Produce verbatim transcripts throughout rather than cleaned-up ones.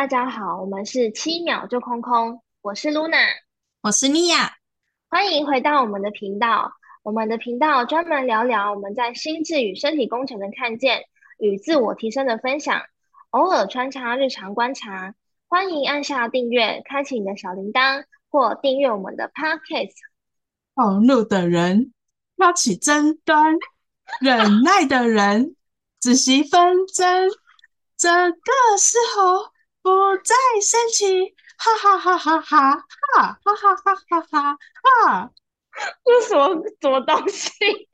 大家好，我们是七秒就空空，我是 Luna， 我是米娅。 欢迎回到我们的频道。我们的频道专门聊聊我们在心智与身体工程的看见与自我提升的分享，偶尔穿插日常观察。欢迎按下订阅，开启你的小铃铛，或订阅我们的 Podcast。 暴怒的人挑起争端，忍耐的人仔细纷争。这个时候不再生气，哈哈哈哈哈哈哈哈哈哈哈哈！ 这是什么什么东西？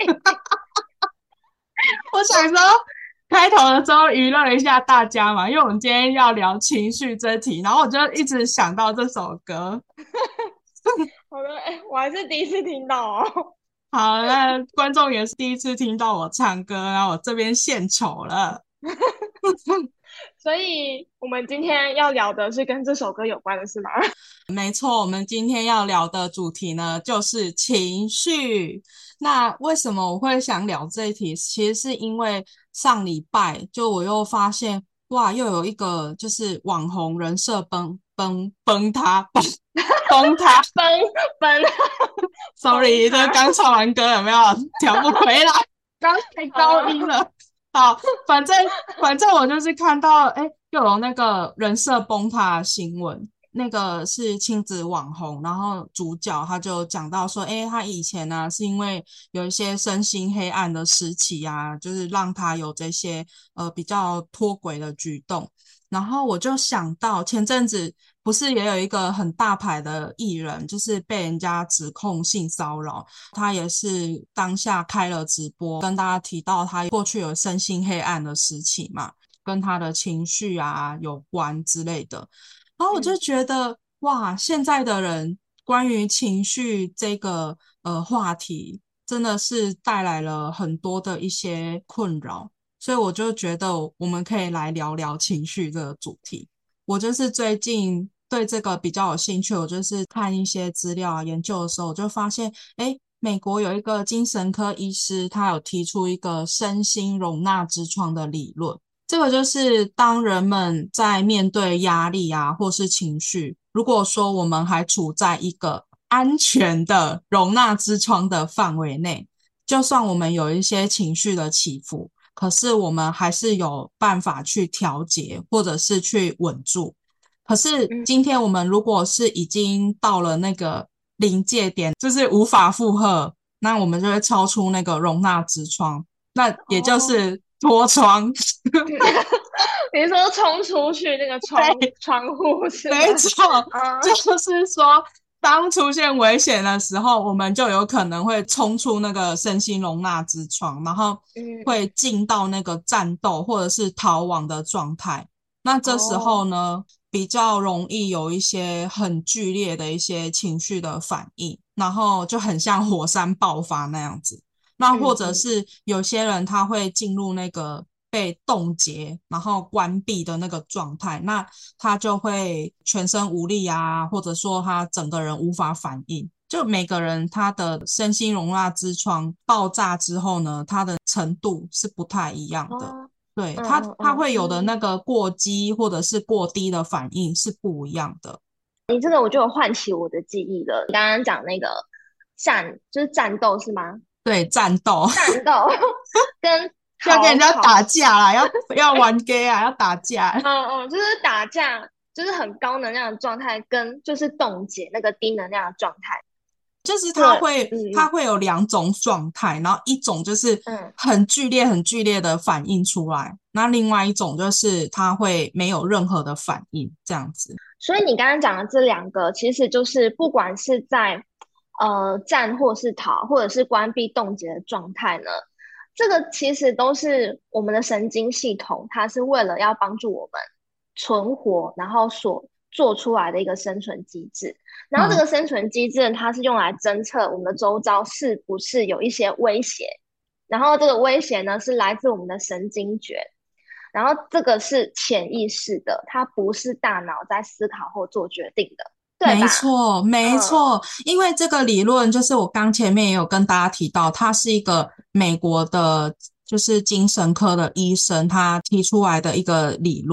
我想说，开头的时候娱乐一下大家嘛，因为我们今天要聊情绪这题，然后我就一直想到这首歌。 好的，哎，我还是第一次听到哦。 好，那观众也是第一次听到我唱歌，然后我这边献丑了。 所以我们今天要聊的是跟这首歌有关的，是吗？ 没错，我们今天要聊的主题呢，就是情绪。那为什么我会想聊这一题？其实是因为上礼拜就我又发现，哇，又有一个就是网红人设崩崩崩塌崩崩塌。 崩崩崩 Sorry，这塌。 刚唱完歌有没有调不回来？刚太高音好， 了。好，反正反正我就是看到，哎，又有那个人设崩塌的新闻。那个是亲子网红，然后主角他就讲到说，诶，他以前呢、啊、是因为有一些身心黑暗的时期啊，就是让他有这些呃比较脱轨的举动。然后我就想到前阵子不是也有一个很大牌的艺人，就是被人家指控性骚扰，他也是当下开了直播，跟大家提到他过去有身心黑暗的时期嘛，跟他的情绪啊有关之类的。然后我就嗯， 觉得，哇，现在的人关于情绪这个呃话题，真的是带来了很多的一些困扰，所以我就觉得我们可以来聊聊情绪这个主题。我就是最近对这个比较有兴趣，我就是看一些资料啊研究的时候，我就发现，诶，美国有一个精神科医师，他有提出一个身心容纳之窗的理论。这个就是当人们在面对压力啊，或是情绪，如果说我们还处在一个安全的容纳之窗的范围内，就算我们有一些情绪的起伏，可是我们还是有办法去调节，或者是去稳住。可是嗯， 今天我们如果是已经到了那个临界点，就是无法负荷，那我们就会超出那个容纳之窗，那也就哦， 是脱窗。 你是说冲出去那个窗对， 窗户是吗？ 没错， 啊， 就是说，当出现危险的时候，我们就有可能会冲出那个身心容纳之窗，然后嗯， 会进到那个战斗或者是逃亡的状态。那这时候哦， 呢，比较容易有一些很剧烈的一些情绪的反应，然后就很像火山爆发那样子。那或嗯嗯， 者是有些人他会进入那个被冻结，然后关闭的那个状态，那他就会全身无力啊，或者说他整个人无法反应。就每个人他的身心容纳之窗爆炸之后呢，他的程度是不太一样的。 哦， 对， 嗯他嗯嗯他会有的那嗯， 个过激或者是过低的反应是不一样的。 你这个我就有唤起我的记忆了。你刚刚讲那个战，就是战斗是吗？ 对，战斗。 战斗跟要跟人家打逃逃， 架啦，要要玩 gay 啊，要打架。 嗯嗯，就是打架，就是很高能量的状态，跟就是冻结那个低能量的状态。 就是对， 它会它嗯会有两种状态，然后一种就是嗯嗯。 很剧烈、很剧烈的反应出来，那另外一种就是它会没有任何的反应，这样子。 所以你刚刚讲的这两个，其实就是不管是在呃战或是逃，或者是关闭冻结的状态呢，这个其实都是我们的神经系统，它是为了要帮助我们存活，然后所做出来的一个生存机制。然后这嗯， 个生存机制，它是用来侦测我们的周遭是不是有一些威胁，然后这个威胁呢是来自我们的神经觉。然后这个是潜意识的，它不是大脑在思考或做决定的，对没吧？ 错，没嗯， 错，因为这个理论就是我刚前面也有跟大家提到，它是一个美国的，就是精神科的医生他提出来的一个理论，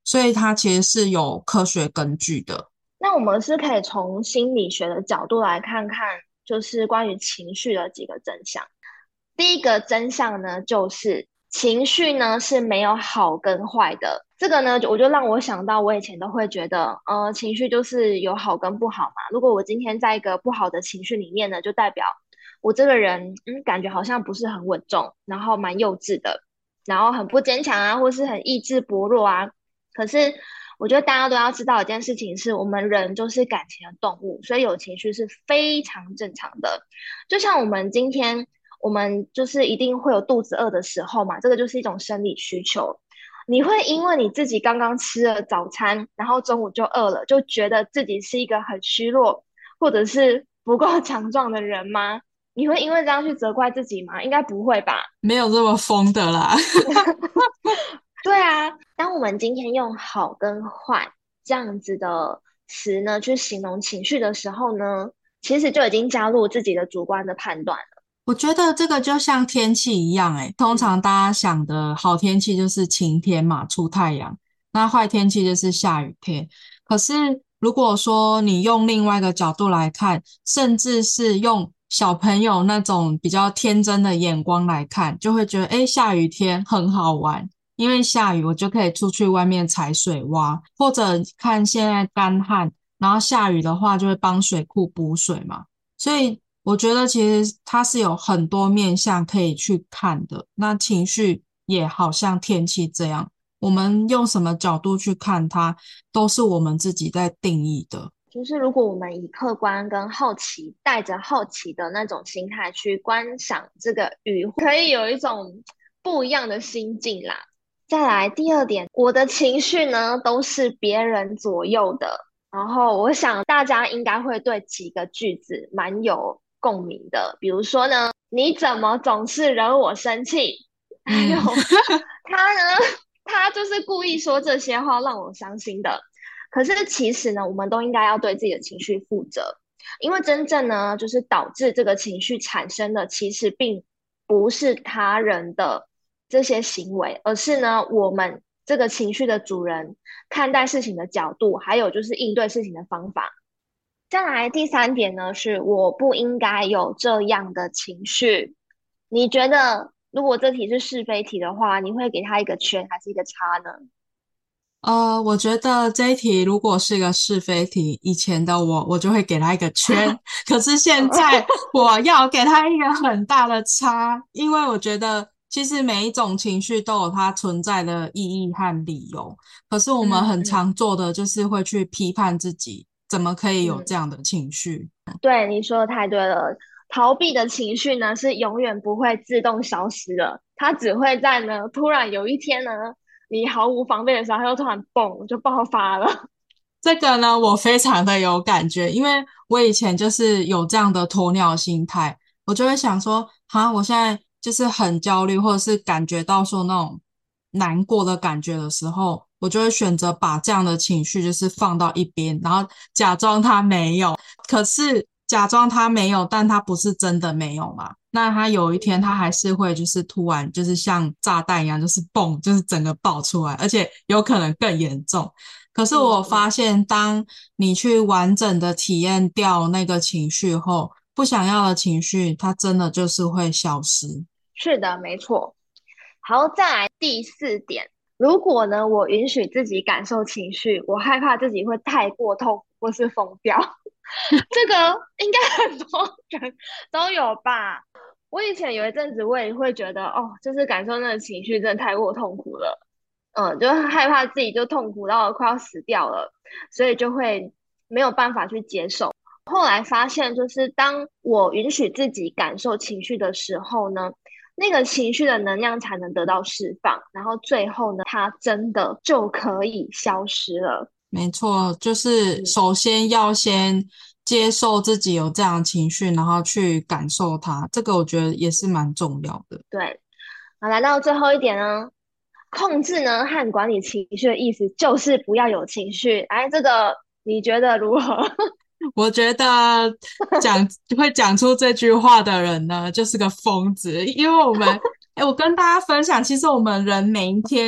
所以它其实是有科学根据的。 那我们是可以从心理学的角度来看看，就是关于情绪的几个真相。第一个真相呢，就是情绪呢是没有好跟坏的。这个呢，我就让我想到，我以前都会觉得，呃，情绪就是有好跟不好嘛。如果我今天在一个不好的情绪里面呢，就代表我这个人，嗯，感觉好像不是很稳重，然后蛮幼稚的，然后很不坚强啊，或是很意志薄弱啊。可是我觉得大家都要知道一件事情是，我们人就是感情的动物，所以有情绪是非常正常的。就像我们今天，我们就是一定会有肚子饿的时候嘛，这个就是一种生理需求。你会因为你自己刚刚吃了早餐，然后中午就饿了，就觉得自己是一个很虚弱，或者是不够强壮的人吗？你会因为这样去责怪自己吗？应该不会吧？ 没有这么疯的啦。 对啊，当我们今天用好跟坏这样子的词呢去形容情绪的时候呢，其实就已经加入自己的主观的判断了。 我觉得这个就像天气一样，诶，通嗯常大家想的好天气就是晴天嘛，出太阳，那坏天气就是下雨天。可是如果说你用另外一个角度来看，甚至是用小朋友那种比较天真的眼光来看，就会觉得，诶，下雨天很好玩，因为下雨我就可以出去外面踩水洼，或者看现在干旱，然后下雨的话就会帮水库补水嘛。所以我觉得其实它是有很多面向可以去看的。那情绪也好像天气这样，我们用什么角度去看它，都是我们自己在定义的。 就是如果我们以客观跟好奇，带着好奇的那种心态去观赏这个雨，可以有一种不一样的心境啦。再来第二点，我的情绪呢都是别人左右的。然后我想大家应该会对几个句子蛮有共鸣的，比如说呢，你怎么总是惹我生气？还有嗯。 他呢，他就是故意说这些话让我伤心的。可是其实呢，我们都应该要对自己的情绪负责，因为真正呢，就是导致这个情绪产生的，其实并不是他人的这些行为，而是呢，我们这个情绪的主人看待事情的角度，还有就是应对事情的方法。再来第三点呢，是我不应该有这样的情绪。你觉得如果这题是是非题的话，你会给他一个圈还是一个叉呢？ 呃，我觉得这一题如果是一个是非题，以前的我我就会给他一个圈，可是现在我要给他一个很大的叉，因为我觉得其实每一种情绪都有它存在的意义和理由，可是我们很嗯嗯常做的就是会去批判自己，怎么可以有这嗯。 样的情绪？ 对，你说的太对了。逃避的情绪呢，是永远不会自动消失的，它只会在呢，突然有一天呢，你毫无防备的时候，它又突然嘣就爆发了。 这个呢，我非常的有感觉，因为我以前就是有这样的鸵鸟心态，我就会想说，哈，我现在就是很焦虑，或者是感觉到说那种难过的感觉的时候，我就会选择把这样的情绪就是放到一边，然后假装它没有。可是假装它没有，但它不是真的没有嘛？那它有一天，它还是会就是突然就是像炸弹一样，就是嘣，就是整个爆出来，而且有可能更严重。可是我嗯嗯， 发现，当你去完整的体验掉那个情绪后，不想要的情绪，它真的就是会消失。 是的，没错。好，再来第四点，如果呢，我允许自己感受情绪，我害怕自己会太过痛苦或是疯掉。这个应该很多人都有吧？我以前有一阵子，我也会觉得，哦，就是感受那个情绪真的太过痛苦了，嗯，就害怕自己就痛苦到快要死掉了，所以就会没有办法去接受。后来发现，就是当我允许自己感受情绪的时候呢，那个情绪的能量才能得到释放，然后最后呢，它真的就可以消失了。 没错，就是嗯， 首先要先接受自己有这样的情绪，然后去感受它，这个我觉得也是蛮重要的。 对。好，来到最后一点呢，控制呢和管理情绪的意思就是不要有情绪。哎，这个你觉得如何？ 我觉得讲会讲出这句话的人呢，就是个疯子。因为我们，哎，我跟大家分享，其实我们人每一天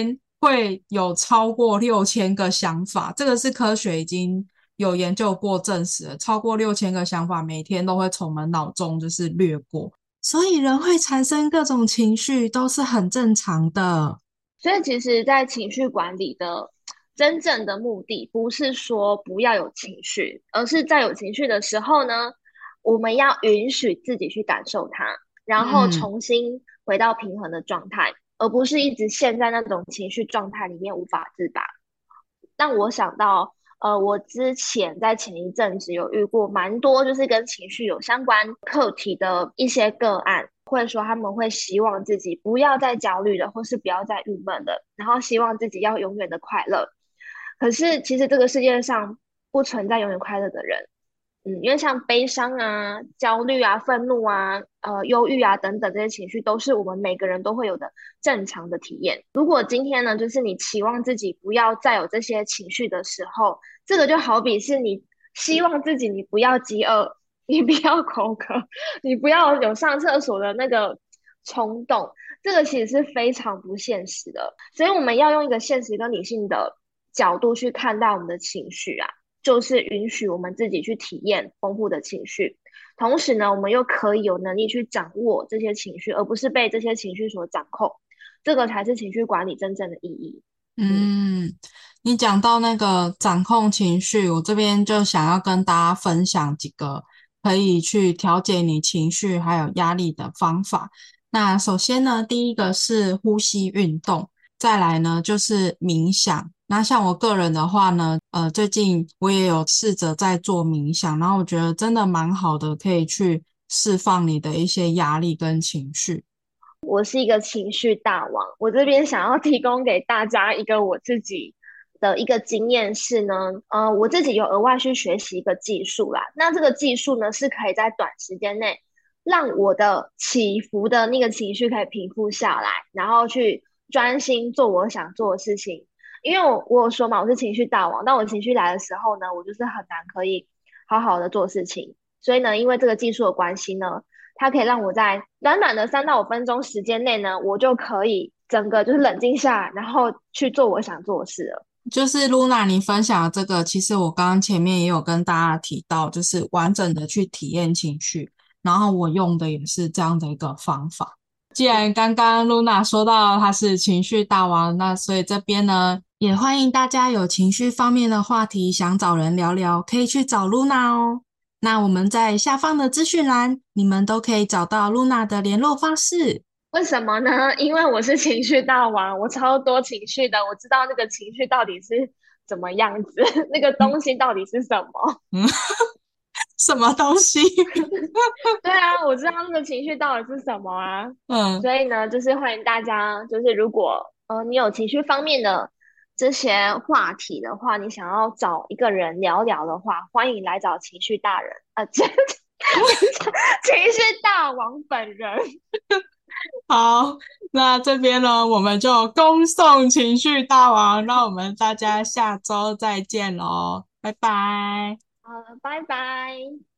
会有超过六千个想法，这个是科学已经有研究过证实了，超过六千个想法每天都会从我们脑中就是掠过，所以人会产生各种情绪都是很正常的。 所以其实，在情绪管理的真正的目的，不是说不要有情绪，而是在有情绪的时候呢，我们要允许自己去感受它，然后嗯。 重新回到平衡的状态，而不是一直陷在那种情绪状态里面无法自拔。但我想到，呃，我之前在前一阵子有遇过蛮多，就是跟情绪有相关课题的一些个案，会说他们会希望自己不要再焦虑了，或是不要再郁闷了，然后希望自己要永远的快乐。可是其实这个世界上不存在永远快乐的人，嗯，因为像悲伤啊、焦虑啊、愤怒啊、呃、忧郁啊等等这些情绪，都是我们每个人都会有的正常的体验。如果今天呢，就是你期望自己不要再有这些情绪的时候，这个就好比是你希望自己你不要饥饿，你不要口渴，你不要有上厕所的那个冲动，这个其实是非常不现实的。所以我们要用一个现实跟理性的角度去看待我们的情绪啊。就是允许我们自己去体验丰富的情绪，同时呢，我们又可以有能力去掌握这些情绪，而不是被这些情绪所掌控。这个才是情绪管理真正的意义。嗯。 嗯，你讲到那个掌控情绪，我这边就想要跟大家分享几个可以去调节你情绪还有压力的方法。那首先呢，第一个是呼吸运动，再来呢就是冥想。那像我个人的话呢，呃，最近我也有试着在做冥想，然后我觉得真的蛮好的，可以去释放你的一些压力跟情绪。 我是一个情绪大王，我这边想要提供给大家一个我自己的一个经验是呢，呃，我自己有额外去学习一个技术啦。那这个技术呢，是可以在短时间内让我的起伏的那个情绪可以平复下来，然后去专心做我想做的事情。因为我我有说嘛，我是情绪大王，当我情绪来的时候呢，我就是很难可以好好的做事情。所以呢，因为这个技术的关系呢，它可以让我在短短的三到五分钟时间内呢，我就可以整个就是冷静下来，然后去做我想做的事了。 就是 Luna 你分享的这个，其实我刚刚前面也有跟大家提到，就是完整的去体验情绪，然后我用的也是这样的一个方法。既然刚刚 Luna 说到她是情绪大王，那所以这边呢，也欢迎大家有情绪方面的话题想找人聊聊，可以去找 Luna 哦。那我们在下方的资讯栏，你们都可以找到 Luna 的联络方式。 为什么呢？因为我是情绪大王，我超多情绪的，我知道那个情绪到底是怎么样子，那个嗯东西到底是什么。 嗯，什么东西？ 对啊，我知道那个情绪到底是什么啊。 嗯。 所以呢，就是欢迎大家，就是如果呃你有情绪方面的这些话题的话，你想要找一个人聊聊的话，欢迎来找情绪大人啊，这情绪大王本人。 好，那这边呢，我们就恭送情绪大王，让我们大家下周再见喽，拜拜。 好了，拜拜。